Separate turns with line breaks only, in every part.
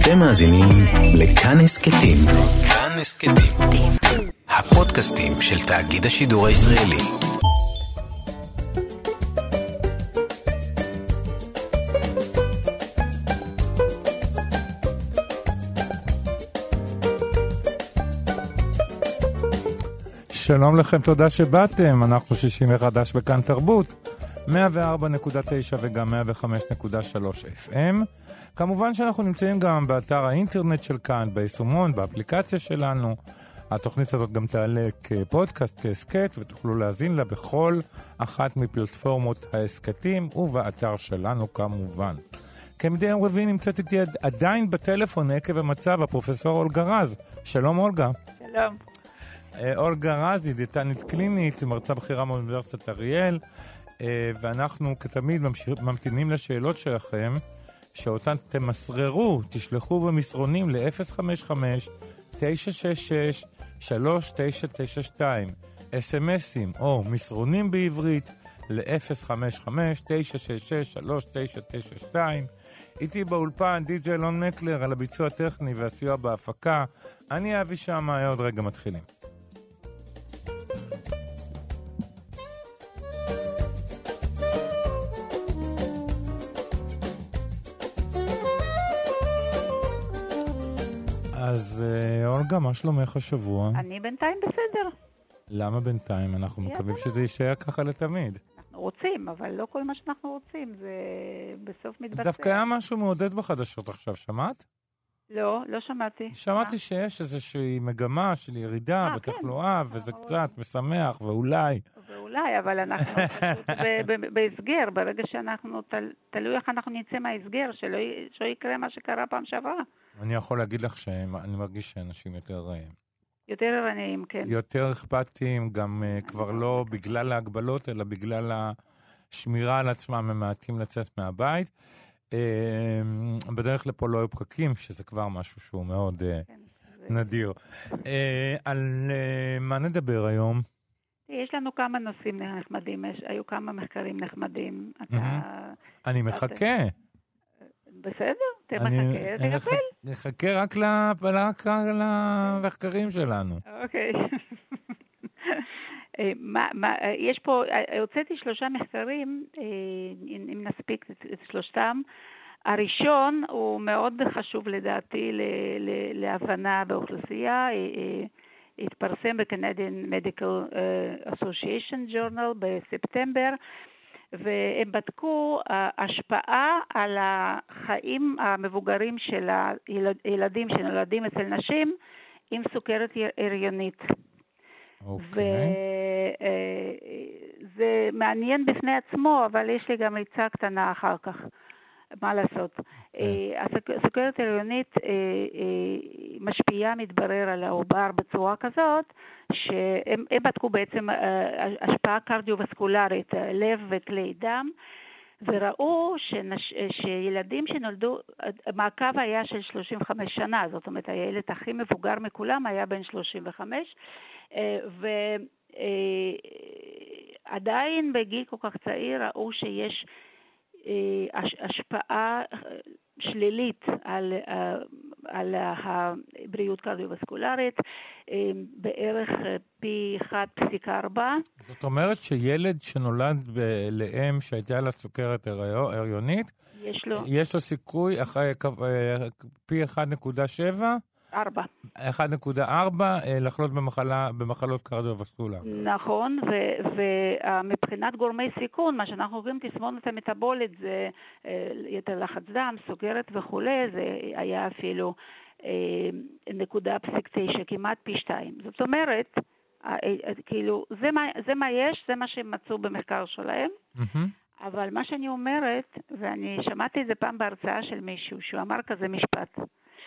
אתם מאזינים לכאן הסכתים. כאן הסכתים, הפודקאסטים של תאגיד השידור הישראלי.
שלום לכם, תודה שבאתם. אנחנו 61 בכאן תרבות, 104.9 וגם 105.3 FM. כמובן שאנחנו נמצאים גם באתר האינטרנט של כאן, ביישומון, באפליקציה שלנו. התוכנית הזאת גם תעלה כפודקאסט, כהסקט, ותוכלו להזין לה בכל אחת מפלטפורמות ההסקטים ובאתר שלנו כמובן. כמדי יום רביעי נמצאת איתי עדיין בטלפון עקב המצב הפרופסור אולגה רז. שלום אולגה.
שלום.
אולגה רז היא דיאטנית קלינית, מרצה בכירה מאוניברסיטת אריאל, ואנחנו כתמיד ממתינים לשאלות שלכם, שאותן תמסררו, תשלחו במסרונים ל-055-966-3992, אס-אמסים או מסרונים בעברית ל-055-966-3992. איתי באולפן די.ג'יי אלון מקלר על הביצוע הטכני והסיוע בהפקה. אני אבי שמה, עוד רגע מתחילים. אז אולגה, מה שלומך השבוע?
אני בינתיים בסדר.
למה בינתיים? אנחנו מקווים שזה יישאר ככה לתמיד.
אנחנו רוצים, אבל לא כל מה שאנחנו רוצים, זה בסוף מתבצע.
דווקא היה משהו מעודד בחדשות עכשיו, שמעת?
לא שמעתי.
שמעתי שיש איזושהי מגמה של ירידה בתחלואה, וזה קצת משמח, ואולי.
אבל אנחנו פשוט בהסגר, ברגע שאנחנו, תלוי איך אנחנו נצא מההסגר, שלא יקרה מה שקרה פעם שעברה.
אני יכול להגיד לך שאני מרגיש שאנשים
יותר ערניים, כן.
יותר אכפתיים, גם כבר לא בגלל ההגבלות, אלא בגלל השמירה על עצמם, הם מעטים לצאת מהבית. בדרך לפה לא היו פקקים, שזה כבר משהו שהוא מאוד נדיר. על מה נדבר היום?
יש לנו כמה נושאים נחמדים, היו כמה מחקרים נחמדים.
אני מחכה.
בסדר, תקבל.
נחכה רק למחקרים שלנו.
אוקיי. יש פה, הוצאתי 3 מחקרים, אם נספיק את שלושתם. הראשון הוא מאוד חשוב לדעתי להבנה באוכלוסייה, התפרסם ב-Canadian Medical Association Journal בספטמבר, והם בדקו השפעה על החיים המבוגרים של הילדים שנולדים אצל נשים עם סוכרת הריונית. וזה מעניין בפני עצמו, אבל יש לי גם עצה קטנה אחר כך. מה לעשות? הסוכרת הריונית משפיעה, מתברר, על העובר בצורה כזאת, שהם בדקו בעצם השפעה קרדיו-וסקולרית, לב וכלי דם, וראו שילדים שנולדו, מעקב היה של 35 שנה, זאת אומרת, הילד הכי מבוגר מכולם היה בן 35, ועדיין בגיל כל כך צעיר ראו שיש השפעה שלילית על הבריאות קרדיו-וסקולרית, בערך פי 1.4.
זאת אומרת שילד שנולד לאם שהייתה לה סוכרת הריונית, יש לו סיכוי פי 1.7? 1.4 לחלות במחלות קרדיו-וסקולריות.
נכון, ומבחינת גורמי סיכון, מה שאנחנו רואים תסמונת המטאבולית, זה יתר לחץ דם, סוכרת וכו', זה היה אפילו 0.9, כמעט פי 2. זאת אומרת, כאילו, זה מה יש, זה מה שהם מצאו במחקר שלהם, אבל מה שאני אומרת, ואני שמעתי את זה פעם בהרצאה של מישהו, שהוא אמר כזה משפט,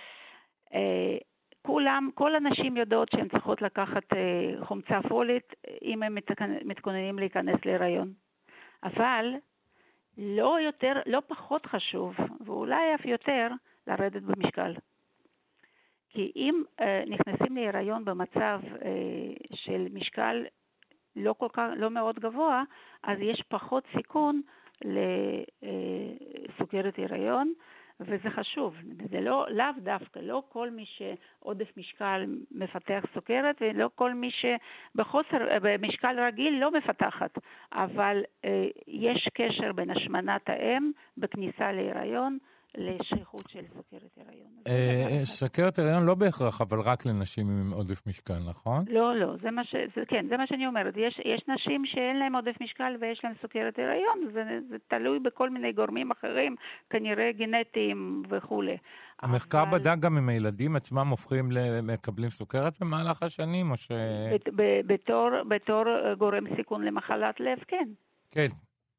כל הנשים יודעות שהן צריכות לקחת חומצה פולית אם הם מתכוננים להיכנס להיריון. אבל לא פחות חשוב, ואולי אף יותר, לרדת במשקל. כי אם נכנסים להיריון במצב של משקל לא מאוד גבוה, אז יש פחות סיכון לסוכרת היריון, וזה חשוב. זה לאו דווקא, לא כל מי שעודף משקל מפתח סוכרת, ולא כל מי במשקל רגיל לא מפתחת. אבל יש קשר בין השמנת האם בכניסה להיריון, לשייכות של סוכרת הריון.
סוכרת הריון לא בהכרח, אבל רק לנשים עם עודף משקל, נכון?
לא, זה מה שאני אומרת. יש נשים שאין להם עודף משקל ויש להם סוכרת הריון, זה תלוי בכל מיני גורמים אחרים, כנראה גנטיים וכו'.
המחקר בדק גם אם הילדים עצמם מקבלים סוכרת במהלך השנים, או ש...
בתור גורם סיכון למחלת לב, כן.
כן.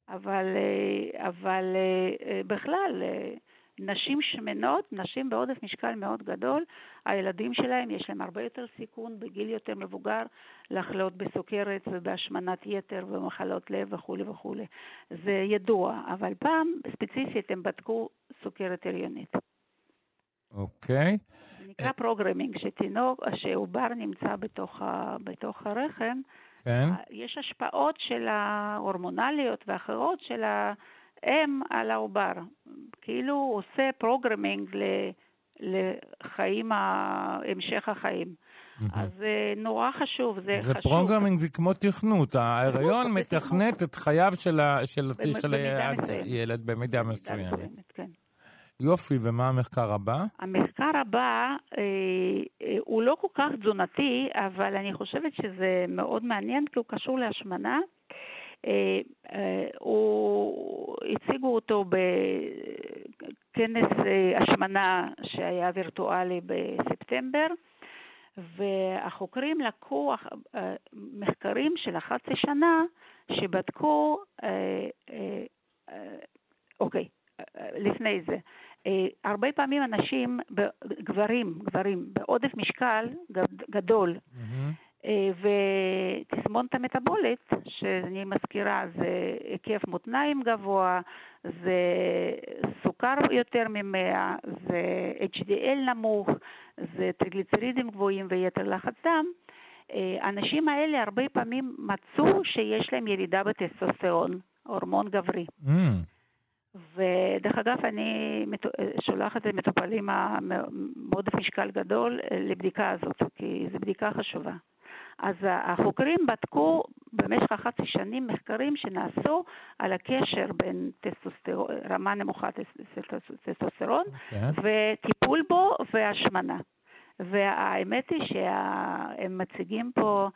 אבל בכלל... נשים שמנות, נשים בעודף משקל מאוד גדול, הילדים שלהם יש להם הרבה יותר סיכון בגיל יותר מבוגר לחלות בסוכרת ובהשמנת יתר ומחלות לב וכו' וכו'. זה ידוע, אבל פעם ספציפית הם בדקו סוכרת הריונית.
אוקיי.
זה נקרא פרוגרמינג, שעובר נמצא בתוך הרחם.
כן.
יש השפעות של ההורמונליות ואחרות של האם על העובר. כאילו הוא עושה פרוגרמינג לחיים, המשך החיים. אז זה נורא חשוב, זה חשוב.
זה פרוגרמינג, זה כמו תכנות. ההיריון מתכנת את חייו של הילד במידה מסוימת.
כן.
יופי, ומה המחקר הבא? המחקר
הבא הוא לא כל כך תזונתי, אבל אני חושבת שזה מאוד מעניין, כי הוא קשור להשמנה. הציגו אותו בכנס השמנה שהיה וירטואלי בספטמבר, והחוקרים לקחו מחקרים של 11 שנה שבדקו, לפני זה, הרבה פעמים אנשים, גברים בעודף משקל גדול, ותסמונת המטבולית, שאני מזכירה, זה היקף מותניים גבוה, זה סוכר יותר מ100, זה HDL נמוך, זה טריגליצרידים גבוהים ויתר לחץ דם. האנשים האלה הרבה פעמים מצאו שיש להם ירידה בטסטוסטרון, הורמון גברי. ודרך אגב, אני שולחת את מטופלים מעודף משקל גדול לבדיקה הזאת, כי זו בדיקה חשובה. אז החוקרים בדקו במשך 11 שנים מחקרים שנעשו על הקשר בין רמה נמוכה טסטוסטרון וטיפול בו והשמנה. והאמת היא שהם מציגים פה,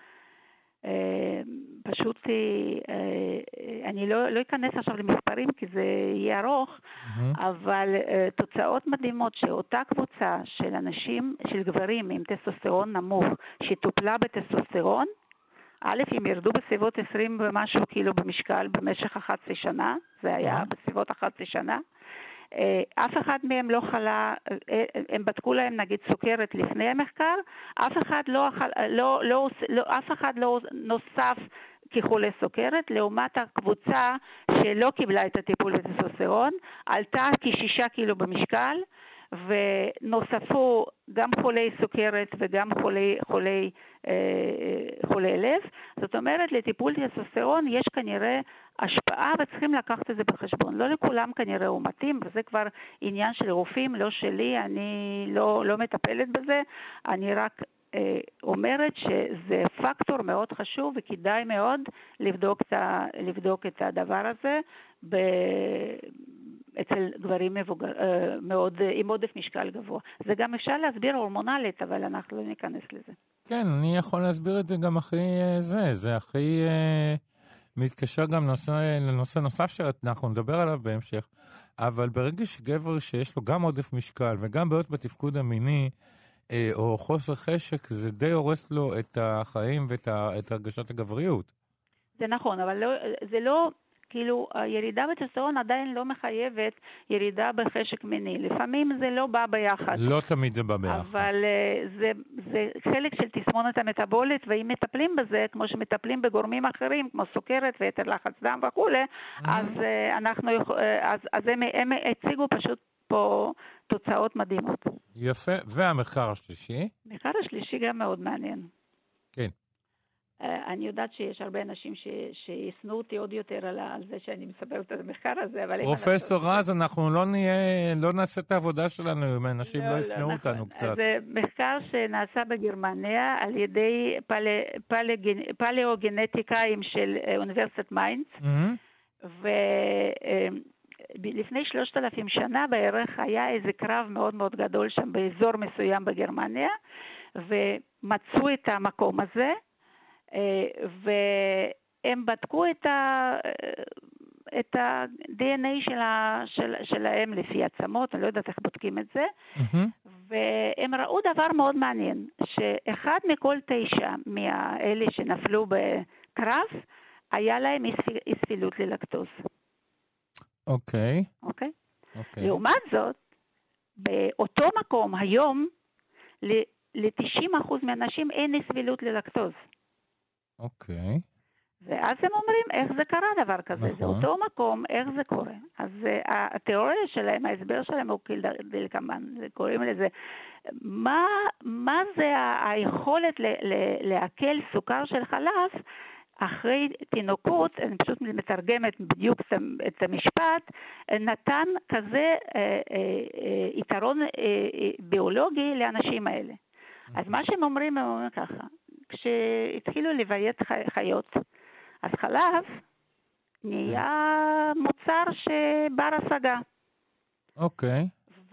פשוט אני לא אכנס עכשיו למספרים כי זה יהיה ארוך, אבל תוצאות מדהימות שאותה קבוצה של אנשים, של גברים עם טסטוסטרון נמוך, שטופלה בטסטוסטרון, א', הם ירדו בסביבות 20 ומשהו קילו במשקל במשך 11 שנה, זה היה בסביבות 11 שנה, אף אחד מהם לא חלה, הם בדקו להם נגיד סוכרת לפני המחקר, אף אחד לא נוסף כחולה סוכרת, לעומת הקבוצה שלא קיבלה את הטיפול בטסטוסטרון, עלתה כ6 קילו במשקל, ונוספו גם חולי סוכרת וגם חולי לב. זאת אומרת, לטיפול טסטוסטרון יש כנראה השפעה, וצריכים לקחת את זה בחשבון. לא לכולם כנראה הוא מתאים, וזה כבר עניין של רופאים, לא שלי, אני לא מטפלת בזה, אני רק אומרת שזה פקטור מאוד חשוב, וכדאי מאוד לבדוק את הדבר הזה אצל גברים מאוד, עם עודף משקל גבוה. זה גם אפשר להסביר הורמונלית, אבל אנחנו לא ניכנס לזה.
כן, אני יכול להסביר את זה גם זה הכי מתקשר גם לנושא נוסף שאנחנו נדבר עליו בהמשך, אבל ברגע שגבר שיש לו גם עודף משקל וגם בעיות בתפקוד המיני, או חוסר חשק, זה די הורס לו את החיים ואת הרגשת הגבריות.
זה נכון, אבל זה לא, כאילו, הירידה בטסטוסטרון עדיין לא מחייבת ירידה בחשק מיני. לפעמים זה לא בא ביחד.
לא תמיד זה בא ביחד.
אבל זה חלק של תסמונת המטבולית, ואם מטפלים בזה, כמו שמטפלים בגורמים אחרים, כמו סוכרת ויתר לחץ דם וכו', אז הם הציגו פשוט פה תוצאות מדהימות.
יפה. והמחקר השלישי?
המחקר השלישי גם מאוד מעניין.
כן.
אני יודעת שיש הרבה אנשים שישנאו אותי עוד יותר על זה שאני מספרת את המחקר הזה, אבל...
פרופסור רז, אנחנו לא נעשה את העבודה שלנו אם אנשים לא ישנאו אותנו קצת.
זה מחקר שנעשה בגרמניה על ידי פלאוגנטיקאים של אוניברסיטת מיינץ, ולפני 3,000 שנה בערך היה איזה קרב מאוד מאוד גדול שם באזור מסוים בגרמניה, ומצאו את המקום הזה, והם בדקו את ה-DNA שלהם לפי עצמות, אני לא יודעת איך בודקים את זה, והם ראו דבר מאוד מעניין, שאחד מכל 9 מהאלה שנפלו בקרב, היה להם אי סבילות ללקטוז.
אוקיי.
לעומת זאת, באותו מקום היום, ל-90% מהאנשים אין אי סבילות ללקטוז.
אוקיי.
ואז הם אומרים, איך זה קרה דבר כזה? זה אותו מקום, איך זה קורה? אז התיאוריה שלהם, ההסבר שלהם הוא כדלקמן, קוראים לזה, מה זה היכולת לעכל סוכר של חלב אחרי תינוקות, אני פשוט מתרגמת בדיוק את המשפט, נתן כזה יתרון ביולוגי לאנשים האלה. אז מה שהם אומרים, הם אומרים ככה, כשהתחילו לביית חיות, אז חלב נהיה מוצר שבר השגה.
אוקיי.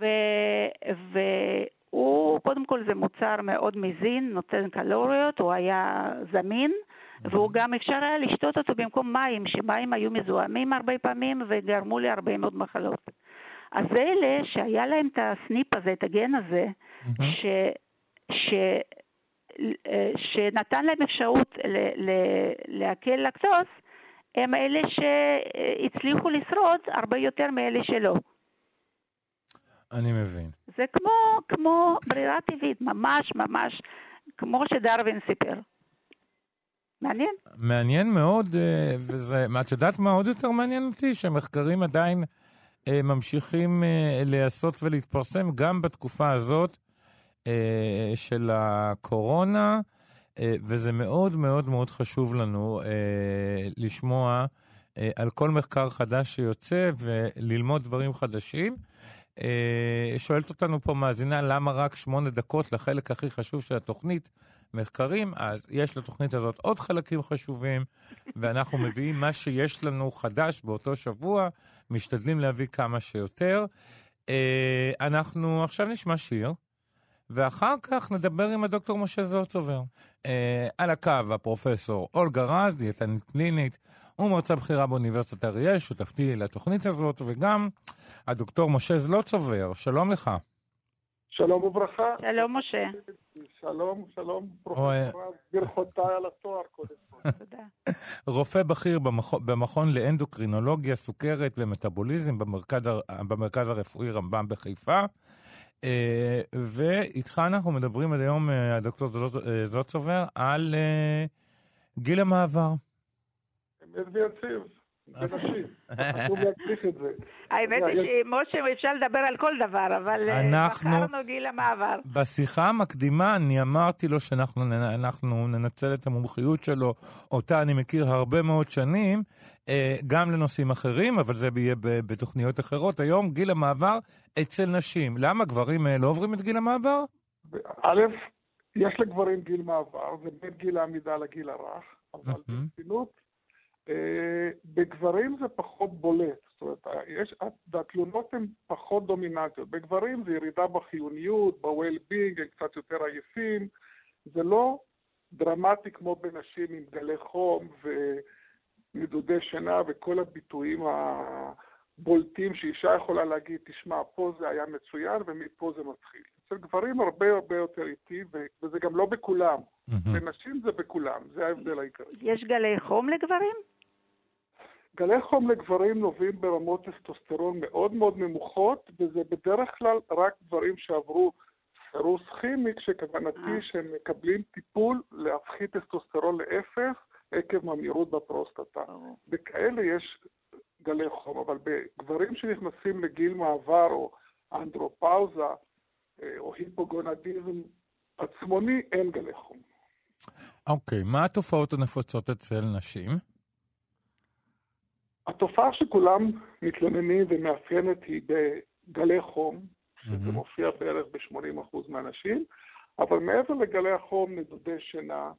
והוא, קודם כל זה מוצר מאוד מזין, נותן קלוריות, הוא היה זמין, והוא גם אפשר היה לשתות אותו במקום מים, שמים היו מזוהמים הרבה פעמים וגרמו לי הרבה מאוד מחלות. אז אלה שהיה להם את הסניפ הזה, את הגן הזה, שנתן להם אפשרות להקל לקטוז, הם אלה שהצליחו לשרוד הרבה יותר מאלה שלא.
אני מבין.
זה כמו ברירה טבעית, ממש כמו שדרווין סיפר. מעניין?
מעניין מאוד, וזה, את יודעת מה עוד יותר מעניין אותי? שהמחקרים עדיין ממשיכים לעשות ולהתפרסם גם בתקופה הזאת של הקורונה, וזה מאוד מאוד מאוד חשוב לנו לשמוע על כל מחקר חדש שיוצא וללמוד דברים חדשים. שואלת אותנו פה מאזינה, למה רק 8 דקות לחלק הכי חשוב של התוכנית מחקרים? אז יש לתוכנית הזאת עוד חלקים חשובים, ואנחנו מביאים מה שיש לנו חדש באותו שבוע, משתדלים להביא כמה שיותר. אנחנו עכשיו נשמע שיר, ואחר כך נדבר עם הדוקטור משה זלוצובר. על הקו הפרופסור אולגה רז, דיאטנית קלינית, ומרצה בכירה באוניברסיטת אריאל, שותפתי לתוכנית הזאת, וגם הדוקטור משה זלוצובר. שלום לך.
שלום וברכה.
שלום משה.
שלום פרופסור רז, ברכותיי על התואר קודם כל.
תודה.
רופא בכיר במכון לאנדוקרינולוגיה, סוכרת ומטאבוליזם במרכז הרפואי רמב"ם בחיפה. ואיתך אנחנו מדברים עד היום, הדוקטור זלוצובר, על גיל המעבר.
אמת ויציב, בנשים. חשוב להצליח את זה.
האמת היא שמשה אפשר לדבר על כל דבר, אבל בחרנו גיל המעבר.
בשיחה המקדימה אני אמרתי לו שאנחנו ננצל את המומחיות שלו, אותה אני מכיר הרבה מאוד שנים, גם לנושאים אחרים, אבל זה יהיה בתוכניות אחרות. היום גיל המעבר אצל נשים. למה גברים לא עוברים את גיל המעבר?
א', יש לגברים גיל מעבר, זה בין גיל העמידה לגיל הרך, אבל ברצינות, בגברים זה פחות בולט. זאת אומרת, התלונות הן פחות דומיננטיות. בגברים זה ירידה בחיוניות, ב-well-being, הם קצת יותר עייפים. זה לא דרמטי כמו בנשים עם גלי חום ונדודי שינה וכל הביטויים הבולטים שאישה יכולה להגיד, תשמע, פה זה היה מצוין ומפה זה מתחיל. אצל גברים הרבה יותר איטי, וזה גם לא בכולם. בנשים זה בכולם, זה ההבדל העיקרי.
יש גלי חום לגברים?
גלי חום לגברים נובעים ברמות טסטוסטרון מאוד מאוד נמוכות, וזה בדרך כלל רק גברים שעברו סירוס כימי, כשכוונתי שהם מקבלים טיפול להפחית טסטוסטרון לאפס עקב ממאירות בפרוסטטה. בכאלה יש גלי חום, אבל בגברים שנכנסים לגיל מעבר או אנדרופאוזה או היפוגונדיזם עצמוני אין גלי חום.
אוקיי, מה התופעות הנפוצות אצל נשים?
התופעה שכולם מתלוננים ומאפיינת היא בגלי חום, שזה מופיע בערך ב-80% מהנשים, אבל מעבר לגלי החום, נדודי שינה,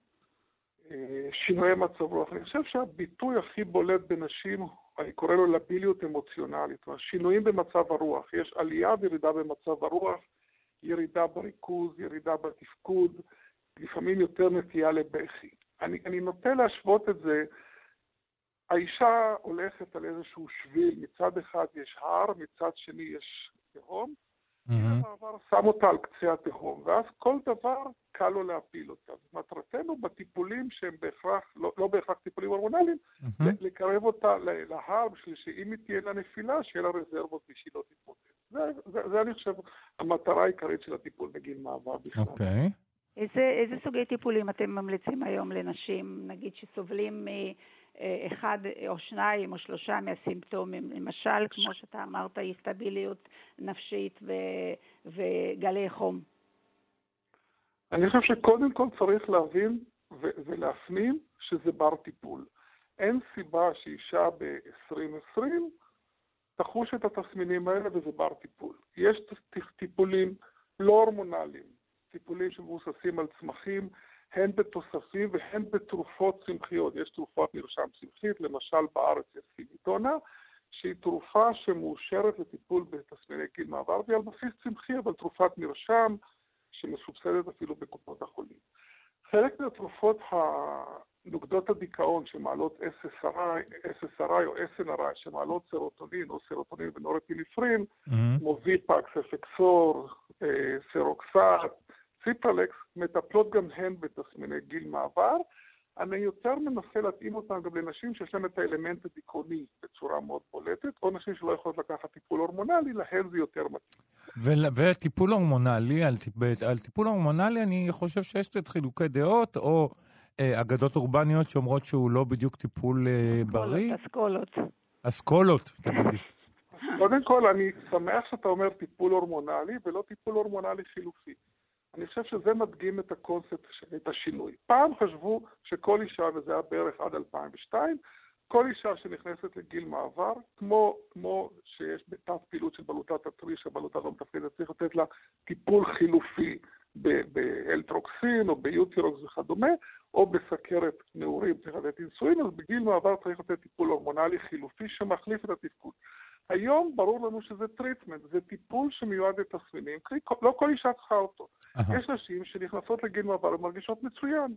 שינויי מצב רוח. אני חושב שהביטוי הכי בולט בנשים, אני קורא לו לביליות אמוציונלית, שינויים במצב הרוח. יש עלייה וירידה במצב הרוח, ירידה בריכוז, ירידה בתפקוד, לפעמים יותר נטייה לבכי. אני נוטה להשוות את זה, האישה הולכת על איזשהו שביל, מצד אחד יש הר, מצד שני יש תהום, המעבר שם אותה על קצה התהום, ואז כל דבר קל לו להפיל אותה. מטרתנו בטיפולים שהם בהכרח, לא בהכרח טיפולים הורמונליים, לקרב אותה להר, בשביל שאם היא תהיה לה נפילה, שיהיה לה רזרבות בשביל לא תתמוטט. זה אני חושב המטרה העיקרית של הטיפול בגיל מעבר בכלל.
אוקיי.
איזה סוגי טיפולים אתם ממליצים היום לנשים, נגיד שסובלים אחד או שניים או שלושה מהסימפטומים, למשל, כמו שאתה אמרת, איסטביליות נפשית וגלי חום?
אני חושב שקודם כל צריך להבין ולהפנים שזה בר טיפול. אין סיבה שאישה ב-2020 תחוש את התסמינים האלה וזה בר טיפול. יש טיפולים לא הורמונליים, טיפולים שמבוססים על צמחים, הן בתוספים והן בתרופות צמחיות. יש תרופות מרשם צמחית, למשל בארץ יש פיליטונה, שהיא תרופה שמאושרת לטיפול בתסמיני גיל מעבר, והיא על בסיס צמחי, אבל תרופת מרשם שמסובסדת אפילו בקופות החולים. חלק מהתרופות נוגדות הדיכאון שמעלות SSRI או SNRI, שמעלות סרוטונין או סרוטונין ונורפינפרין, כמו ויפקס, אפקסור, סרוקסט, ציפרלקס, מטפלות גם הן בתסמיני גיל מעבר. אני יותר מנסה להתאים אותם גם לנשים שיש להם את האלמנט הדיכאוני בצורה מאוד בולטת, או נשים שלא יכולות לקחת טיפול הורמונלי, להן זה יותר מתאים.
וטיפול הורמונלי, על טיפול הורמונלי אני חושב שיש קצת חילוקי דעות, או אגדות אורבניות שאומרות שהוא לא בדיוק טיפול בריא. אסכולות, תגידי.
קודם כל, אני שמח שאתה אומר טיפול הורמונלי, ולא טיפול הורמונלי חילופי. אני חושב שזה מדגים את הקונספט, את השינוי. פעם חשבו שכל אישה, וזה היה בערך עד 2002, כל אישה שנכנסת לגיל מעבר, כמו שיש בתת פעילות של בלוטת הטריש, הבלוטה לא מתפקדת, צריך לתת לה טיפול חילופי באלטרוקסין או ביוטירוקס וכדומה, או בסכרת נעורים צריך לתת אינסולין, אז בגיל מעבר צריך לתת טיפול הורמונלי חילופי שמחליף את התפקוד. היום ברור לנו שזה טריטמנט, זה טיפול שמיועד לתסמינים, לא כל אישה צריכה אותו. יש נשים שנכנסות לגיל מעבר ומרגישות מצוין,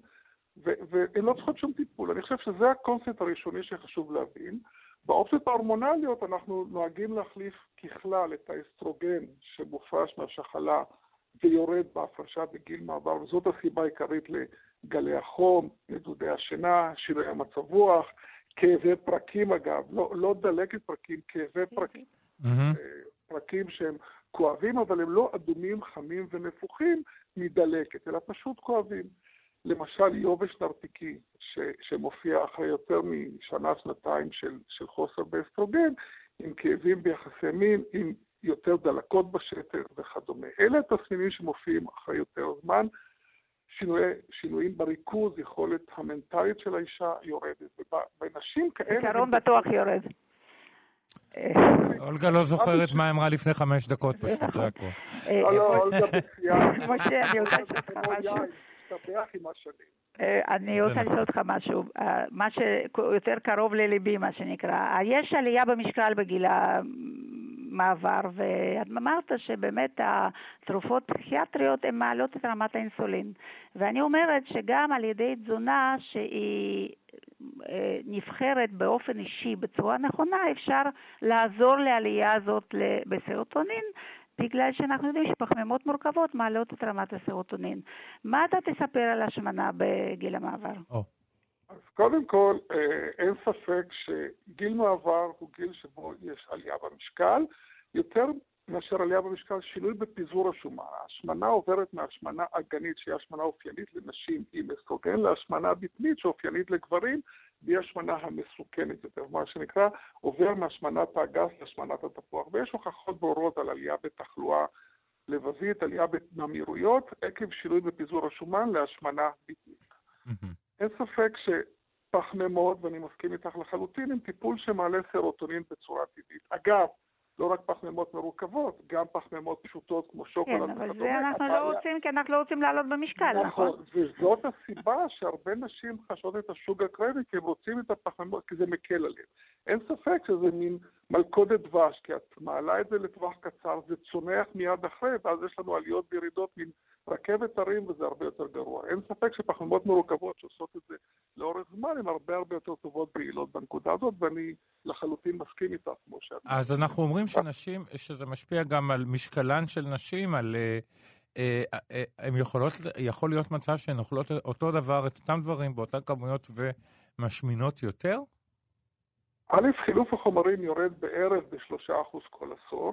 והן לא צריכות שום טיפול. אני חושב שזה הקונספט הראשוני שחשוב להבין. באופציות ההורמונליות אנחנו נוהגים להחליף ככלל את האסטרוגן שמופרש מהשחלה ויורד בהפרשה בגיל מעבר, וזאת הסיבה העיקרית לגלי החום, נדודי השינה, שינוי המצב רוח, כאבי פרקים אגב, לא דלקת פרקים, כאבי פרקים. פרקים שהם כואבים, אבל הם לא אדומים, חמים ונפוחים מדלקת, אלא פשוט כואבים. למשל יובש נרתיקי, שמופיע אחרי יותר משנה, שנתיים של חוסר באסטרוגן, עם כאבים ביחסי מין, עם יותר דלקות בשתן וכדומה. אלה התסמינים שמופיעים אחרי יותר זמן, שינויים בריכוז, יכולת המנטלית של האישה יורדת. ובנשים כאלה...
זיכרון בטוח יורד.
אולגה לא זוכרת מה אמרה לפני 5 דקות פשוט, זה הכל.
לא, אולגה בצייה.
משה, אני רוצה לשאול אותך משהו.
תבח עם השנים.
אני רוצה לשאול אותך משהו, מה שיותר קרוב לליבי, מה שנקרא. יש עלייה במשקל בגיל המעבר, ואת אמרת שבאמת התרופות פסיכיאטריות הן מעלות את רמת האינסולין. ואני אומרת שגם על ידי תזונה שהיא נבחרת באופן אישי בצורה נכונה, אפשר לעזור לעלייה הזאת בסרוטונין, בגלל שאנחנו יודעים שפחמימות מורכבות מעלות את רמת הסרוטונין. מה אתה תספר על השמנה בגיל המעבר?
אז קודם כל, אין ספק שגיל מעבר הוא גיל שבו יש עלייה במשקל, יותר מאשר עלייה במשקל, שינוי בפיזור השומן. ההשמנה עוברת מהשמנה אגנית, שהיא השמנה אופיינית לנשים עם אסטרוגן, להשמנה בטנית שאופיינית לגברים, והיא השמנה המסוכנת יותר, מה שנקרא, עובר מהשמנת האגס להשמנת התפוח. ויש הוכחות ברורות על עלייה בתחלואה לבבית, עלייה במהירויות, עקב שינוי בפיזור השומן להשמנה בטנית. אין ספק שפחמימות, ואני מסכים איתך לחלוטין, הם טיפול שמעלה סרוטונין בצורה טבעית. אגב, לא רק פחמימות מרוכבות, גם פחמימות פשוטות כמו שוקולד.
כן, אבל זה אנחנו לא רוצים, כי אנחנו לא רוצים לעלות במשקל, נכון?
וזאת הסיבה שהרבה נשים חשות את השוגר קרמי, כי הם רוצים את הפחמימות, כי זה מקל עליהם. אין ספק שזה מין מלכודת דבש, כי את מעלה את זה לטווח קצר, זה צונח מיד אחרי, ואז יש לנו עליות וירידות מין רכבת הרים, וזה הרבה יותר גרוע. אין ספק שפחמימות מרוכבות שעושות את זה לאורך זמן, הן הרבה יותר טובות ויעילות בנקודה הזאת, ואני לחלוטין מסכים איתך, כמו שאת.
אז אנחנו אומרים שנשים, שזה משפיע גם על משקלן של נשים, על... יכול להיות מצב שהן אוכלות אותו דבר, את אותם דברים, באותן כמויות ומשמינות יותר?
א', חילוף החומרים יורד בערך ב3% כל עשור.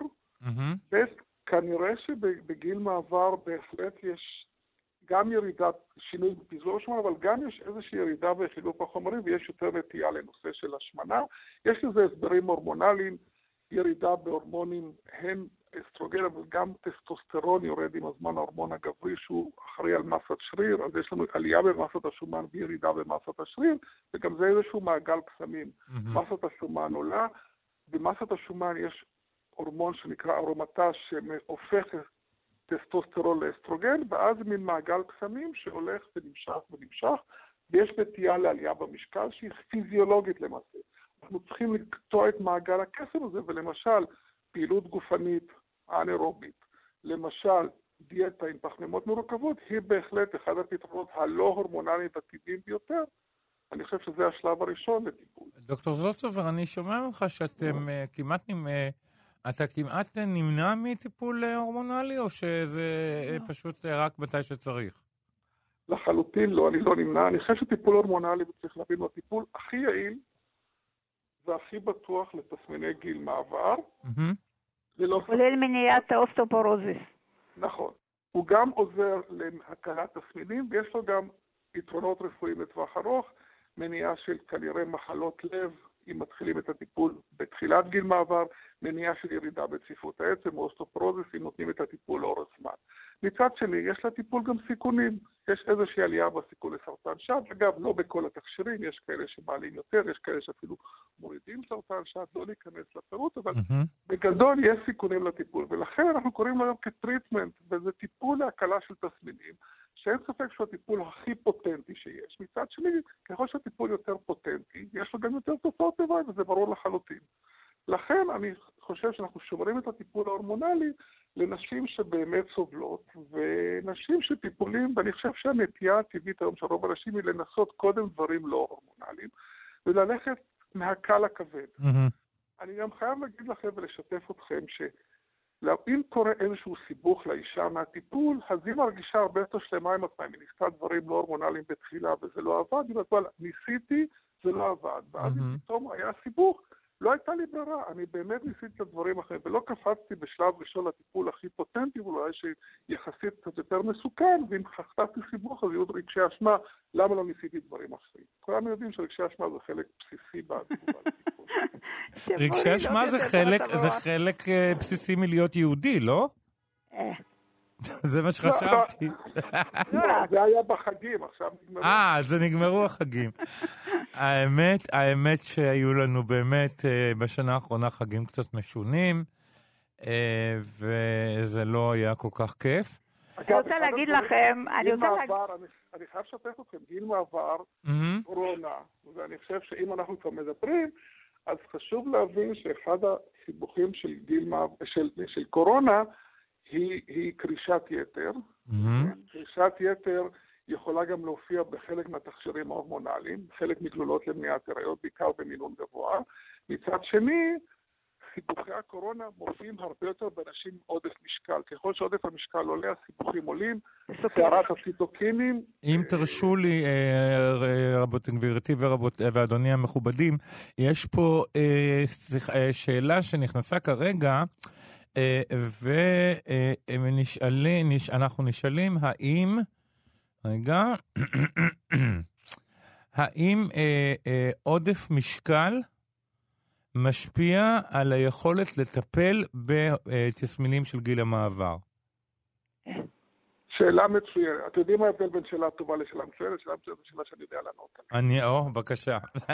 כנראה שבגיל מעבר בהחלט יש גם ירידת שינוי בפיזור השומן, אבל גם יש איזושהי ירידה בחילוף החומרים, ויש יותר נטייה לנושא של השמנה. יש לזה הסברים הורמונליים, ירידה בהורמונים, הן אסטרוגן, אבל גם טסטוסטרון יורד עם הזמן, ההורמון הגברי שהוא אחראי על מסת שריר, אז יש לנו עלייה במסת השומן וירידה במסת השריר, וגם זה איזשהו מעגל קסמים. מסת השומן עולה, במסת השומן יש הורמון שנקרא ארומטאז שהופך טסטוסטרון לאסטרוגן, ואז מין מעגל קסמים שהולך ונמשך, ויש נטייה לעלייה במשקל שהיא פיזיולוגית למעשה. אנחנו צריכים לקטוע את מעגל הקסם הזה, ולמשל פעילות גופנית אנאירובית, למשל דיאטה עם פחמימות מרוכבות, היא בהחלט אחד הפתרונות הלא הורמונליים הטבעיים ביותר. אני חושב שזה השלב הראשון לטיפול.
דוקטור זלוצובר, אני שומע ממך שאתם אתה כמעט נמנע מטיפול הורמונלי, או שזה פשוט רק מתי שצריך?
לחלוטין לא, אני לא נמנע. אני חושב שטיפול הורמונלי, צריך להבין, הוא הטיפול הכי יעיל והכי בטוח לתסמיני גיל מעבר.
כולל מניעת האוסטאופורוזיס.
נכון. הוא גם עוזר להקלת תסמינים, ויש לו גם יתרונות רפואיים לטווח ארוך, מניעה של כנראה מחלות לב, אם מתחילים את הטיפול בתחילת גיל מעבר, מניעה של ירידה בצפיפות העצם, אוסטאופורוזיס, אם נותנים את הטיפול לאורך זמן. מצד שני, יש לטיפול גם סיכונים. יש איזושהי עלייה בסיכון לסרטן שד, אגב, לא בכל התכשירים, יש כאלה שמעלים יותר, יש כאלה שאפילו מורידים סרטן שד, לא להיכנס לפירוט, אבל בגדול יש סיכונים לטיפול, ולכן אנחנו קוראים לו היום כטריטמנט, וזה טיפול להקלה של תסמינים, שאין ספק שהוא הטיפול הכי פוטנטי שיש. מצד שני, ככל שהטיפול יותר פוטנטי, יש לו גם יותר תוצאות לוואי, וזה ברור לחלוטין. לכן אני חושב שאנחנו שומרים את הטיפול ההורמונלי לנשים שבאמת סובלות, ונשים שטיפולים, ואני חושב שהנטייה הטבעית היום של רוב האנשים היא לנסות קודם דברים לא הורמונליים, וללכת מהקל הכבד. אני גם חייב להגיד לכם ולשתף אתכם שאם קורה איזשהו סיבוך לאישה מהטיפול, אז היא מרגישה הרבה יותר שלמה עם עצמה, היא ניסתה דברים לא הורמונליים בתחילה וזה לא עבד, היא אומרת, ניסיתי, זה לא עבד, ואז פתאום היה סיבוך, לא הייתה לי ברירה, אני באמת ניסיתי את הדברים אחרים, ולא קפצתי בשלב ראשון לטיפול הכי פוטנטי, ואולי שיחסית קצת יותר מסוכן, ואם חטפתי סיבוך, אז יהיו רגשי אשמה, למה לא ניסיתי דברים אחרים? כולנו יודעים שרגשי אשמה זה חלק בסיסי בתגובה לטיפול.
רגשי אשמה זה חלק בסיסי מלהיות יהודי, לא? זה מה שחשבתי.
זה היה בחגים, עכשיו נגמרו.
זה נגמרו החגים. האמת שהיו לנו באמת בשנה האחרונה חגים קצת משונים, וזה לא היה כל כך כיף.
אני רוצה להגיד לכם,
אני חייב לשתף אתכם, גיל מעבר, קורונה, ואני חושב שאם אנחנו כבר מדברים, אז חשוב להבין שאחד הסיבוכים של קורונה, היא קרישת יתר. קרישת יתר יכולה גם להופיע בחלק מהתכשירים ההורמונליים, חלק מגלולות למניעת הריון, בעיקר במינון גבוה. מצד שני, סיבוכי הקורונה מופיעים הרבה יותר באנשים עם עודף משקל. ככל שעודף המשקל עולה, הסיבוכים עולים, סערת הציטוקינים.
אם תרשו לי, גבירתי ואדוני המכובדים, יש פה שאלה שנכנסה כרגע, ואנחנו נשאלים האם עודף משקל משפיע על היכולת לטפל בתסמינים של גיל המעבר?
שאלה מצוינת. אתם יודעים מה ההבדל בין שאלה טובה לשאלה מצוינת? שאלה מצוינת זו שאלה שאני יודע לענות עליה.
בבקשה.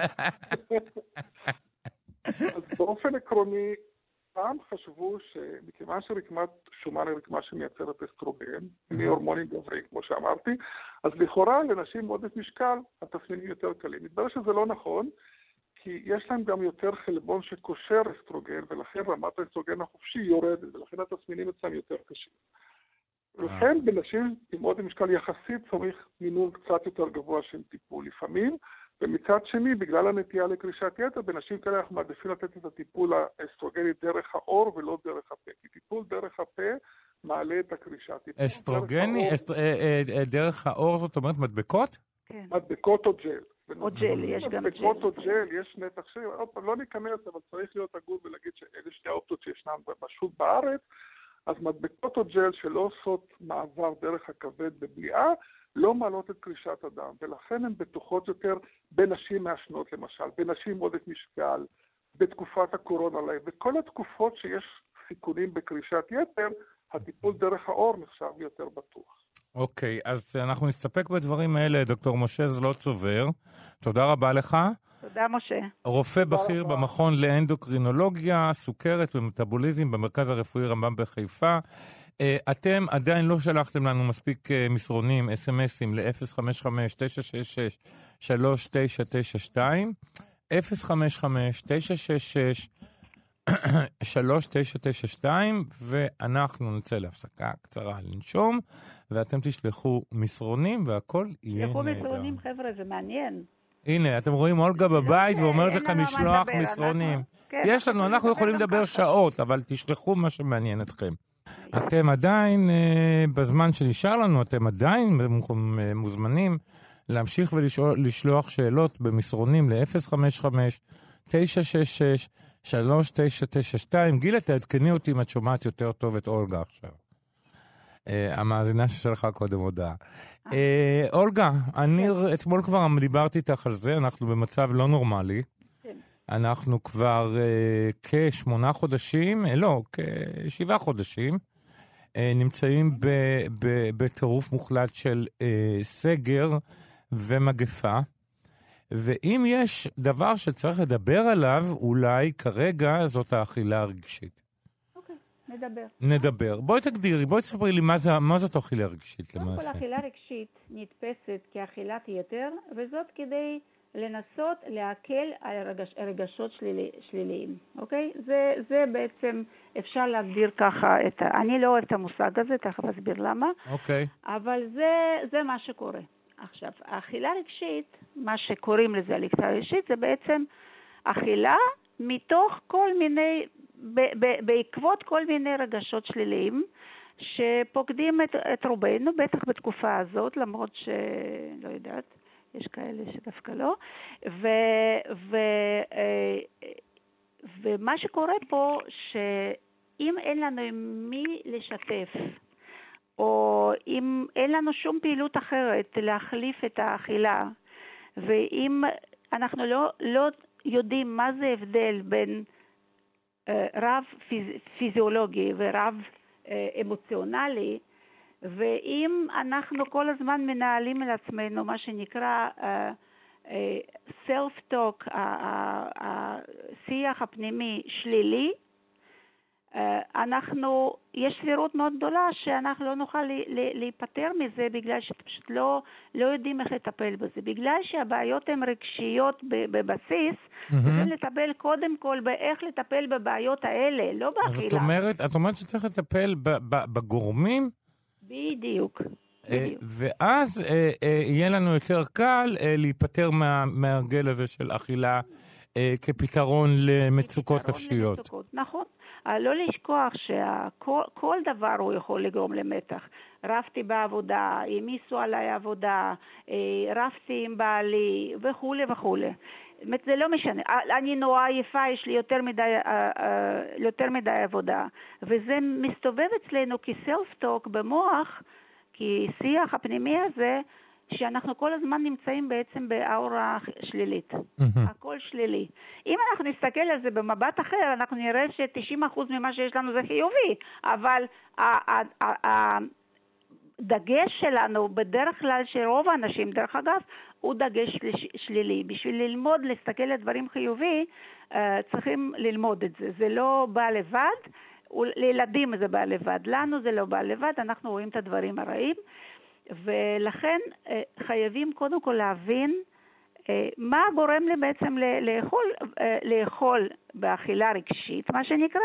אז באופן עקרוני, פעם חשבו שמכיוון שרקמת שומן היא רקמה שמייצרת אסטרוגן, מהורמונים גבריים, כמו שאמרתי, אז לכאורה לנשים עם עודף משקל, התסמינים יותר קלים. מתברר שזה לא נכון, כי יש להם גם יותר חלבון שקושר אסטרוגן, ולכן רמת האסטרוגן החופשי יורדת, ולכן התסמינים אצלם יותר קשים. ולכן בנשים עם עודף משקל יחסית צריך מינון קצת יותר גבוה של טיפול לפעמים, ומצד שני, בגלל הנטייה לקרישת יתר, בנשים כאלה אנחנו מעדיפים לתת את הטיפול האסטרוגני דרך העור ולא דרך הפה. כי טיפול דרך הפה מעלה את הקרישה.
אסטרוגני? דרך העור זאת אומרת מדבקות?
כן.
מדבקות או ג'ל.
או ג'ל, יש גם ג'ל.
מדבקות או ג'ל, יש נתח עוד פעם, לא ניכנס, אבל צריך להיות הגון ולהגיד שאלה שתי האופציות שישנן בשוק בארץ, אז מדבקות או ג'ל שלא עושות מעבר דרך הכבד בבליעה, לא מעלות את קרישת הדם, ולכן הן בטוחות יותר בנשים מעשנות למשל, בנשים עודף משקל, בתקופת הקורונה, וכל התקופות שיש סיכונים בקרישת יתר, הטיפול דרך העור נחשב יותר בטוח.
אוקיי, אז אנחנו נסתפק בדברים האלה, דוקטור משה זלוטצובר. תודה רבה לך.
תודה, משה.
רופא בכיר במכון לאנדוקרינולוגיה, סוכרת ומטאבוליזם במרכז הרפואי רמב"ם בחיפה. אתם עדיין לא שלחתם לנו מספיק מסרונים, אס-אמסים ל-055-966-3992, 055-966-3992, ואנחנו נצא להפסקה קצרה לנשום, ואתם תשלחו מסרונים והכל יהיה נהדר.
תשלחו מסרונים, חבר'ה, זה מעניין.
הנה, אתם רואים אולגה בבית ואומרת לכם לשלוח מסרונים. יש לנו, אנחנו יכולים לדבר שעות, אבל תשלחו מה שמעניין אתכם. אתם עדיין, בזמן שנשאר לנו, אתם עדיין מוזמנים להמשיך ולשלוח שאלות במסרונים ל-055-966-3992. גילה, תעדכני אותי אם את שומעת יותר טוב את אולגה עכשיו. המאזינה ששלחה קודם הודעה. אולגה, אני אתמול כבר דיברתי איתך על זה, אנחנו במצב לא נורמלי. אנחנו כבר כ8 חודשים, לא, כ7 חודשים, נמצאים בטירוף מוחלט של סגר ומגפה. ואם יש דבר שצריך לדבר עליו, אולי כרגע זאת האכילה הרגשית. נדבר. בואי תגדירי, בואי תספרי לי מה זאת אכילה רגשית למעשה.
קודם כל, אכילה רגשית נתפסת כאכילת יתר, וזאת כדי לנסות להקל על רגשות שליליים, אוקיי? זה בעצם אפשר להגדיר ככה אני לא אוהב את המושג הזה, תכף אסביר למה.
אוקיי.
אבל זה מה שקורה. עכשיו, האכילה רגשית, מה שקוראים לזה אכילה רגשית, זה בעצם אכילה מתוך כל מיני, בעקבות כל מיני רגשות שליליים, שפוקדים את רובנו, בטח בתקופה הזאת, למרות שלא יודעת, יש כאלה שדווקא לא, ומה שקורה פה, שאם אין לנו מי לשתף, או אם אין לנו שום פעילות אחרת להחליף את האכילה, ואם אנחנו לא יודעים מה זה הבדל בין רב פיזיולוגי ורב אמוציונלי, ואם אנחנו כל הזמן מנהלים על עצמנו מה שנקרא self-talk, השיח הפנימי שלילי, יש סבירות מאוד גדולה שאנחנו לא נוכל להיפטר מזה, בגלל שפשוט לא יודעים איך לטפל בזה. בגלל שהבעיות הן רגשיות בבסיס, צריכים לטפל קודם כל באיך לטפל בבעיות האלה, לא באכילה.
אז את אומרת שצריך לטפל בגורמים?
בדיוק.
ואז יהיה לנו יותר קל להיפטר מהרגל הזה של אכילה כפתרון למצוקות נפשיות.
נכון. לא לשכוח שכל דבר הוא יכול לגרום למתח. רבתי בעבודה, העמיסו עליי עבודה, רבתי עם בעלי וכו' וכו'. זה לא משנה. אני נורא עייפה, יש לי יותר מדי עבודה. וזה מסתובב אצלנו כסלף-טוק במוח, כשיח הפנימי הזה, שאנחנו כל הזמן נמצאים בעצם באורה שלילית. הכל שלילי. אם אנחנו נסתכל על זה במבט אחר, אנחנו נראה ש90% ממה שיש לנו זה חיובי, אבל הדגש שלנו, בדרך כלל שרוב האנשים, דרך אגב, הוא דגש שלילי. בשביל ללמוד, להסתכל על דברים חיובי, צריכים ללמוד את זה. זה לא בא לבד, לילדים זה בא לבד. לנו זה לא בא לבד, אנחנו רואים את הדברים הרעים, ולכן חייבים קודם כל להבין מה גורם לי בעצם לאכול באכילה רגשית, מה שנקרא,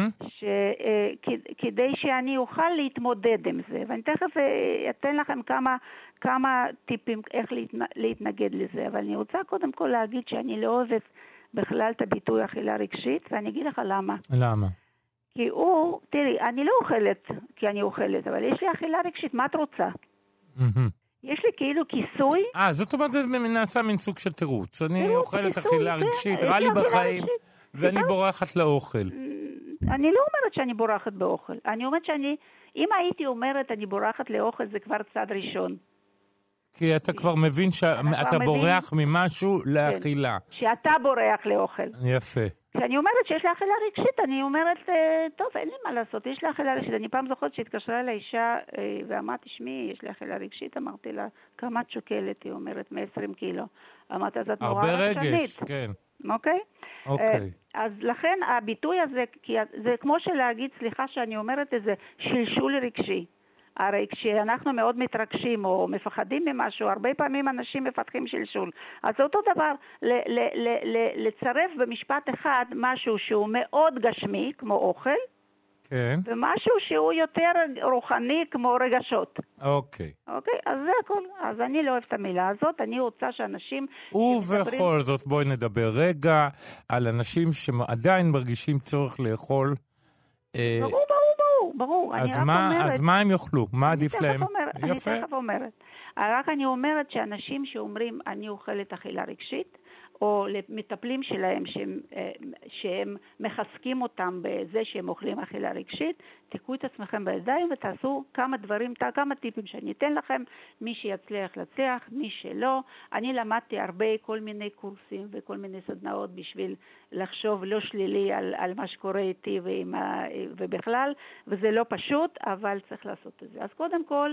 כדי שאני אוכל להתמודד עם זה. ואני תכף אתן לכם כמה טיפים איך להתנגד לזה, אבל אני רוצה קודם כל להגיד שאני לא אוהבת בכלל את הביטוי אכילה רגשית, ואני אגיד לך למה.
למה?
כי תראי, אני לא אוכלת כי אני אוכלת, אבל יש לי אכילה רגשית, מה את רוצה? יש לי כאילו כיסוי.
זאת אומרת, זה נעשה מן סוג של תירוץ. אני אוכלת אכילה רגשית, רע לי בחיים, ואני בורחת לאוכל.
אני לא אומרת שאני בורחת באוכל. אני אומרת אם הייתי אומרת אני בורחת לאוכל, זה כבר צעד ראשון.
כי אתה כבר מבין שאתה בורח ממשהו לאכילה.
שאתה בורח לאוכל.
יפה.
כשאני אומרת שיש לה אכילה רגשית, אני אומרת, טוב, אין לי מה לעשות, יש לה אכילה רגשית. אני פעם זוכרת שהתקשרה לאישה ואמרתי, שמי, יש לי אכילה רגשית, אמרתי לה, כמה את שוקלת? היא אומרת, 120 קילו. אמרתי, אז את נורא
הרבה רגש, כן.
אוקיי?
אוקיי.
אז לכן הביטוי הזה, זה כמו שלהגיד, סליחה שאני אומרת איזה שלשול רגשי. הרי כשאנחנו מאוד מתרגשים או מפחדים ממשהו, הרבה פעמים אנשים מפתחים שלשול. אז זה אותו דבר, לצרף במשפט אחד משהו שהוא מאוד גשמי, כמו אוכל,
כן.
ומשהו שהוא יותר רוחני, כמו רגשות.
אוקיי.
אוקיי, אז זה הכל. אז אני לא אוהב את המילה הזאת, אני רוצה שאנשים...
ובכל זאת בואי נדבר רגע על אנשים שעדיין מרגישים צורך לאכול...
ברור.
אז מה הם יאכלו? מה עדיף להם?
אני תכף אומרת. רק אני אומרת שאנשים שאומרים אני אוכלת אכילה רגשית, או למטפלים שלהם שהם מחזקים אותם בזה שהם אוכלים אכילה רגשית, תיקחו את עצמכם בידיים ותעשו כמה טיפים שאני אתן לכם, מי שיצליח להצליח, מי שלא. אני למדתי הרבה כל מיני קורסים וכל מיני סדנאות בשביל לחשוב לא שלילי על מה שקורה איתי ובכלל, וזה לא פשוט, אבל צריך לעשות את זה. אז קודם כל,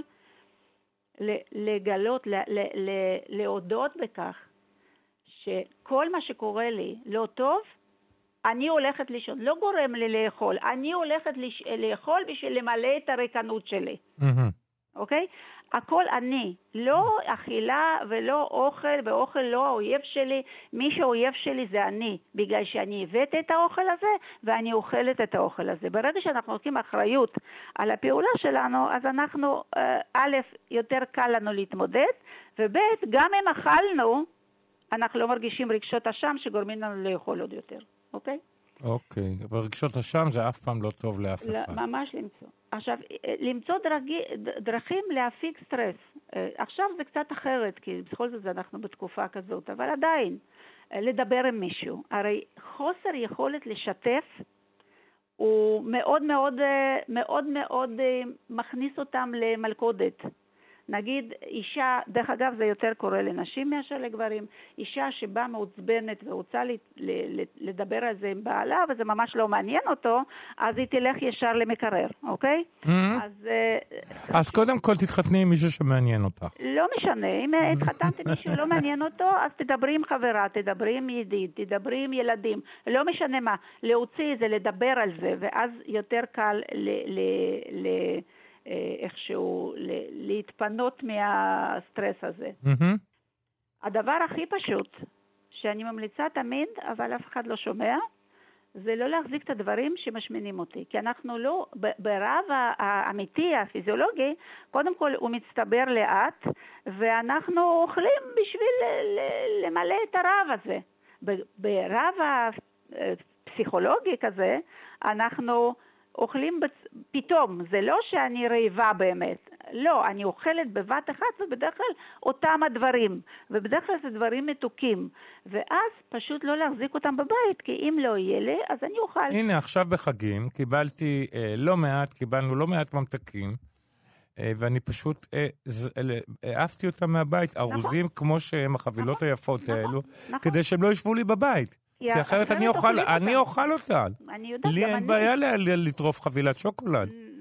לגלות, להודות בכך, שכל מה שקורה לי לא טוב, אני הולכת לישון, לא גורם לי לאכול, אני הולכת לאכול בשביל למלא את הריקנות שלי. אוקיי? הכל אני, לא אכילה ולא אוכל, ואוכל לא האויב שלי, מי שהאויב שלי זה אני, בגלל שאני הבאתי את האוכל הזה, ואני אוכלת את האוכל הזה. ברגע שאנחנו לוקחים אחריות על הפעולה שלנו, אז אנחנו, א', יותר קל לנו להתמודד, וב', גם אם אכלנו, אנחנו לא מרגישים רגשות אשם שגורמים לנו לאכול עוד יותר, אוקיי?
אוקיי, אבל רגשות אשם זה אף פעם לא טוב לאף אחד.
ממש למצוא. עכשיו, למצוא דרכים להפיק סטרס. עכשיו זה קצת אחרת, כי בכל זאת אנחנו בתקופה כזאת, אבל עדיין, לדבר עם מישהו. הרי חוסר יכולת לשתף הוא מאוד מאוד, מאוד מאוד מכניס אותם למלכודת. נגיד אישה, דרך אגב זה יותר קורה לנשים מאשר לגברים, אישה שבאה מעוצבנת ורוצה לדבר על זה עם בעלה וזה ממש לא מעניין אותו, אז היא תלך ישר למקרר, אוקיי?
אז קודם כל תתחתני עם מישהו שמעניין אותך.
לא משנה, אם התחתנת עם מישהו לא מעניין אותו, אז תדברי עם חברה, תדברי עם ידיד, תדברי עם ילדים, לא משנה מה, להוציא את זה, לדבר על זה, ואז יותר קל איכשהו להתפנות מהסטרס הזה. הדבר הכי פשוט שאני ממליצה תמיד, אבל אף אחד לא שומע, זה לא להחזיק את הדברים שמשמינים אותי. כי אנחנו לא, ברעב האמיתי, הפיזיולוגי, קודם כל הוא מצטבר לאט, ואנחנו אוכלים בשביל למלא את הרעב הזה. ברעב הפסיכולוגי כזה, אנחנו אוכלים פתאום, זה לא שאני רעיבה באמת, לא, אני אוכלת בבת אחת ובדרך כלל אותם הדברים, ובדרך כלל זה דברים מתוקים, ואז פשוט לא להחזיק אותם בבית, כי אם לא יהיה לי, אז אני אוכל. הנה,
עכשיו בחגים קיבלנו לא מעט ממתקים, ואני פשוט העפתי אותם מהבית, ארוזים כמו שהם החבילות היפות האלו, כדי שהם לא ישבו לי בבית. כי אחרת אני אוכל אותה. לי אין בעיה לטרוף חבילת שוקולד.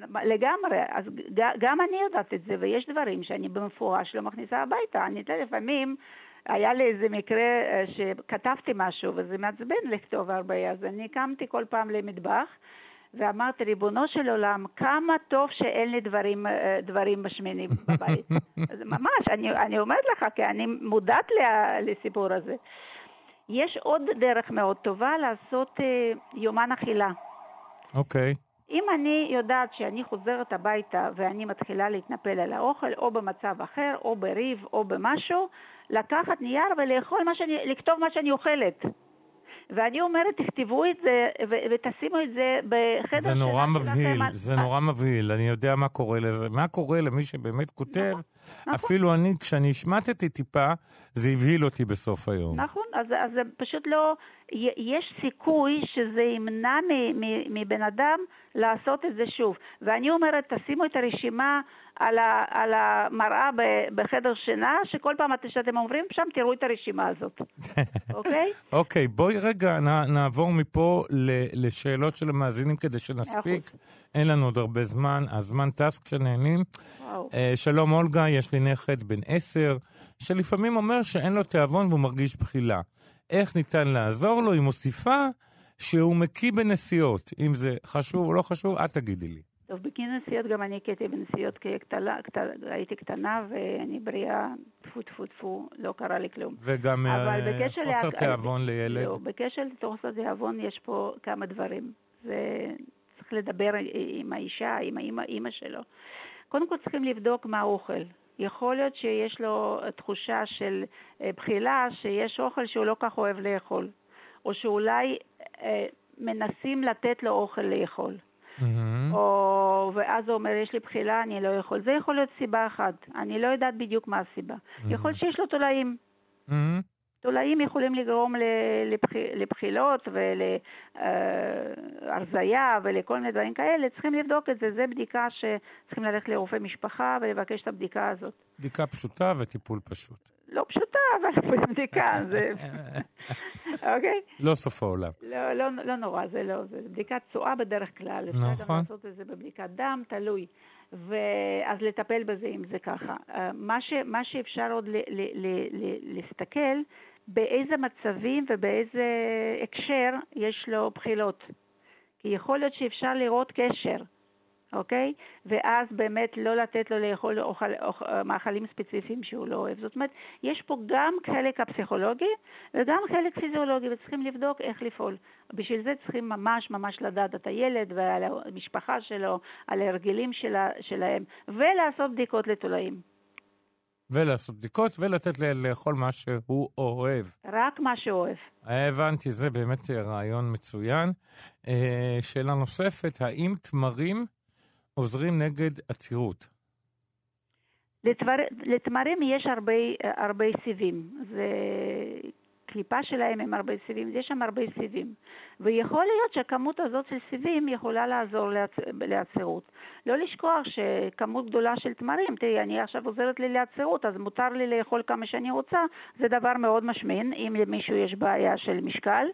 לגמרי, אז גם אני יודעת את זה, ויש דברים שאני במפורש לא מכניסה הביתה. אני לפעמים, היה לי איזה מקרה שכתבתי משהו, וזה מעצבן לכתוב הרבה, אז אני קמתי כל פעם למטבח, ואמרתי, ריבונו של עולם, כמה טוב שאין לי דברים משמינים בבית. אז ממש, אני אומרת לך, כי אני מודעת לסיפור הזה. יש עוד דרך מאוד טובה לעשות יומן אכילה.
אוקיי.
אם אני יודעת שאני חוזרת הביתה ואני מתחילה להתנפל על האוכל, או במצב אחר, או בריב, או במשהו, לקחת נייר ולאכול לכתוב מה שאני אוכלת. ואני אומרת, תכתבו את זה ותשימו את זה בחדר.
זה נורא מבהיל, זה נורא מבהיל. אני יודע מה קורה לזה. מה קורה למי שבאמת כותב, אפילו אני, כשאני השמטתי טיפה, זה הבהיל אותי בסוף היום.
נכון, אז זה פשוט לא, יש סיכוי שזה ימנע מבן אדם לעשות את זה שוב. ואני אומרת, תשימו את הרשימה על המראה בחדר שינה, שכל פעם שאתם אומרים שם, תראו את הרשימה הזאת. אוקיי?
אוקיי, בואי רגע נעבור מפה לשאלות של המאזינים כדי שנספיק. אין לנו עוד הרבה זמן, הזמן טס כשנהנים. שלום אולגה, יש לי נכד בן 10, שלפעמים אומר שאין לו תיאבון והוא מרגיש בחילה. איך ניתן לעזור לו? היא מוסיפה שהוא מקיא בנסיעות. אם זה חשוב או לא חשוב, את תגידי לי.
טוב, בקיא נסיעות גם אני קייתי בנסיעות, כי הייתי קטנה ואני בריאה, טפו, לא קרה לי כלום.
וגם חוסר תיאבון לילד?
לא, בקשר לחוסר תיאבון יש פה כמה דברים. צריך לדבר עם האישה, עם האמא שלו. קודם כל צריכים לבדוק מה האוכל. יכול להיות שיש לו תחושה של בחילה, שיש אוכל שהוא לא כך אוהב לאכול. או שאולי מנסים לתת לו אוכל לאכול. ואז הוא אומר, יש לי בחילה, אני לא יכול. זה יכול להיות סיבה אחת. אני לא יודעת בדיוק מה הסיבה. יכול שיש לו תולעים. תולעים יכולים לגרום לבחילות ולהרזיה ולכל מיני דברים כאלה. צריכים לבדוק את זה. זה בדיקה שצריכים ללכת לרופא משפחה ולבקש את הבדיקה הזאת.
בדיקה פשוטה וטיפול פשוט.
לא פשוטה, אבל בדיקה. אוקיי?
לא סוף העולם.
לא נורא, זה לא. זה בדיקת צועה בדרך כלל.
נכון.
אפשר גם לעשות את זה בבדיקת דם, תלוי. ואז לטפל בזה אם זה ככה. מה שאפשר עוד להסתכל, באיזה מצבים ובאיזה הקשר יש לו בחילות. כי יכול להיות שאפשר לראות קשר, אוקיי? ואז באמת לא לתת לו לאכול מאכלים ספציפיים שהוא לא אוהב. זאת אומרת, יש פה גם חלק הפסיכולוגי וגם חלק פיזיולוגי, וצריכים לבדוק איך לפעול. בשביל זה צריכים ממש לדעת את הילד ועל המשפחה שלו, על ההרגלים שלהם, ולעשות בדיקות לתולעים.
ולעשות בדיקות ולתת לאכול מה שהוא אוהב.
רק מה שהוא אוהב.
הבנתי, זה באמת רעיון מצוין. שאלה נוספת, האם תמרים עוזרים נגד עצירות?
לתמרים יש הרבה סיבים. זה קליפה שלהם הם הרבה סיבים, יש שם הרבה סיבים. ויכול להיות שהכמות הזאת של סיבים יכולה לעזור לעצירות. לא לשכוח שכמות גדולה של תמרים, תראי, אני עכשיו עוזרת לי לעצירות, אז מותר לי לאכול כמה שאני רוצה, זה דבר מאוד משמין, אם למישהו יש בעיה של משקל,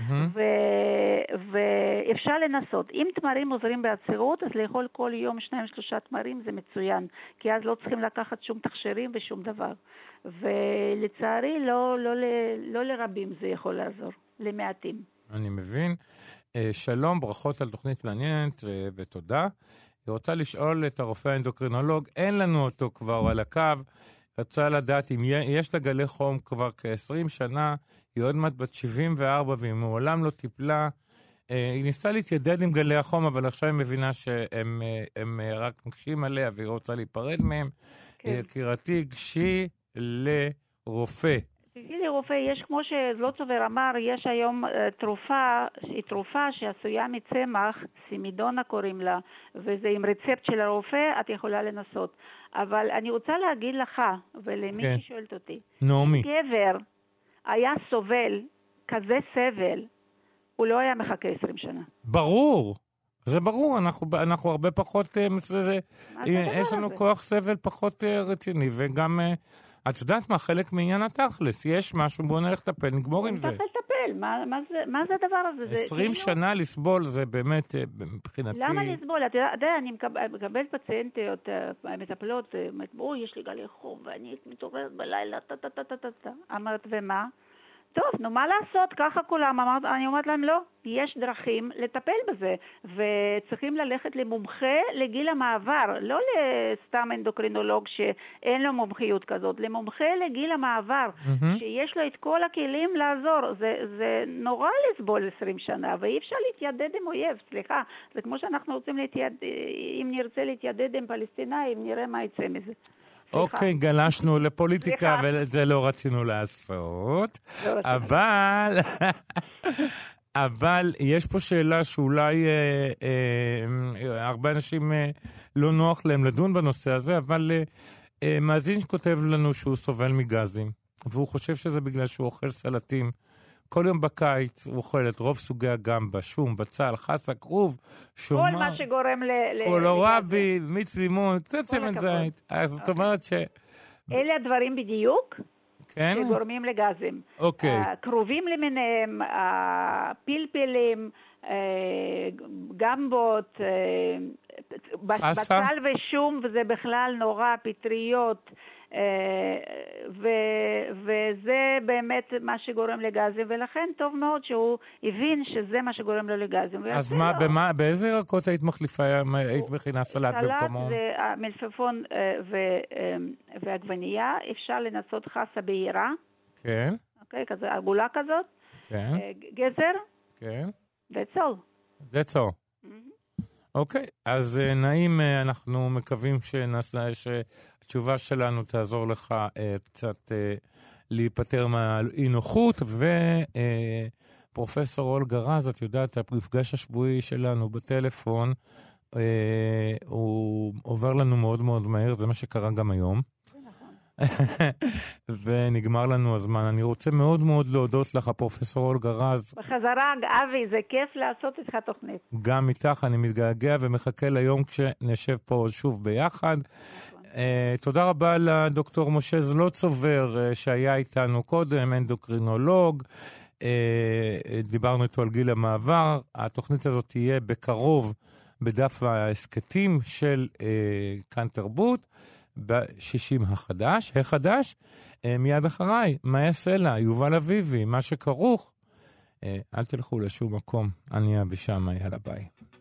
ואפשר לנסות. אם תמרים עוזרים בעצירות, אז לאכול כל יום 2-3 תמרים זה מצוין, כי אז לא צריכים לקחת שום תכשירים ושום דבר. ולצערי לא לרבים זה יכול לעזור, למעטים.
אני מבין. שלום, ברכות על תוכנית מעניינת ותודה. היא רוצה לשאול את הרופא האנדוקרינולוג, אין לנו אותו כבר על הקו, רצה לדעת אם יש לה גלי חום כבר כ-20 שנה, היא עוד מעט בת 74 והיא מעולם לא טיפלה, היא ניסה להתיידד עם גלי החום, אבל עכשיו היא מבינה שהם רק מקשים עליה והיא רוצה להיפרד מהם. יקירתי, גשי לרופא.
תגידי לרופא, יש כמו שזלוטסובר אמר, יש היום תרופה שעשויה מצמח, סימידונה קוראים לה, וזה עם רצפט של הרופא, את יכולה לנסות. אבל אני רוצה להגיד לך, ולמי ששואלת אותי,
נעמי.
גבר היה סובל כזה סבל, הוא לא היה מחכה 20 שנה.
ברור. זה ברור, אנחנו הרבה פחות, יש לנו כוח סבל פחות רציני, וגם, את יודעת מה, חלק מעניין התכלס, יש משהו, בואו נלך לטפל, נגמור עם זה.
לטפל, לטפל. מה זה הדבר הזה?
20 שנה לסבול זה באמת מבחינתי...
למה לסבול? אתה יודע, אני מקבל פציינטיות, מטפלות, יש לי גלי חום, ואני מתעוררת בלילה, אמרת, ומה? טוב, נו, מה לעשות? ככה כולם. אני אומרת להם, לא, יש דרכים לטפל בזה, וצריכים ללכת למומחה לגיל המעבר, לא לסתם אנדוקרינולוג שאין לו מומחיות כזאת, למומחה לגיל המעבר, שיש לו את כל הכלים לעזור. זה נורא לסבול 20 שנה, ואי אפשר להתיידד עם אויב, סליחה. זה כמו שאנחנו רוצים אם נרצה להתיידד עם פלסטינאים, נראה מה יצא מזה.
אוקיי, גלשנו לפוליטיקה, וזה לא רצינו לעשות. אבל יש פה שאלה שאולי הרבה אנשים לא נוח להם לדון בנושא הזה, אבל מאזין שכותב לנו שהוא סובל מגזים, והוא חושב שזה בגלל שהוא אוכל סלטים. כל יום בקיץ הוא אוכל את רוב סוגי הגמבה, שום, בצל, חסה, כרוב, שומר,
כל מה שגורם
קולורבי, מיץ לימון, קצת שמן זית. אז זאת אומרת ש...
אלה הדברים בדיוק
כן?
שגורמים לגזים.
אוקיי.
קרובים למיניהם, פלפלים, גמבות, בצל ושום, וזה בכלל נורא, פטריות, וזה באמת מה שגורם לגזים, ולכן טוב מאוד שהוא הבין שזה מה שגורם לו לגזים.
אז מה, באיזה ירקות היית מחליפה, היית מכינה סלט במקומו?
סלט זה מלפפון ועגבנייה, אפשר לנסות חסה בהירה. כן. אוקיי, כזה, עגולה כזאת.
כן.
גזר.
כן.
That's all.
That's all. אוקיי, אז נעים, אנחנו מקווים שהתשובה שלנו תעזור לך קצת להיפטר מהאי נוחות, ופרופסור אולגה רז, את יודעת, המפגש השבועי שלנו בטלפון, הוא עובר לנו מאוד מאוד מהר, זה מה שקרה גם היום. ונגמר לנו הזמן. אני רוצה מאוד מאוד להודות לך, פרופסור אולגה רז.
בחזרה, אבי, זה כיף לעשות איתך תוכנית.
גם איתך, אני מתגעגע ומחכה ליום כשנשב פה שוב ביחד. תודה רבה לדוקטור משה זלוצובר, שהיה איתנו קודם, אנדוקרינולוג. דיברנו איתו על גיל המעבר. התוכנית הזאת תהיה בקרוב בדף ההסקטים של כאן תרבות. ב-60 החדש, מיד אחריי, מה יעשה לה, יובל אביבי, מה שכרוך, אל תלכו לשום מקום, אני אבי שמה, יאללה ביי.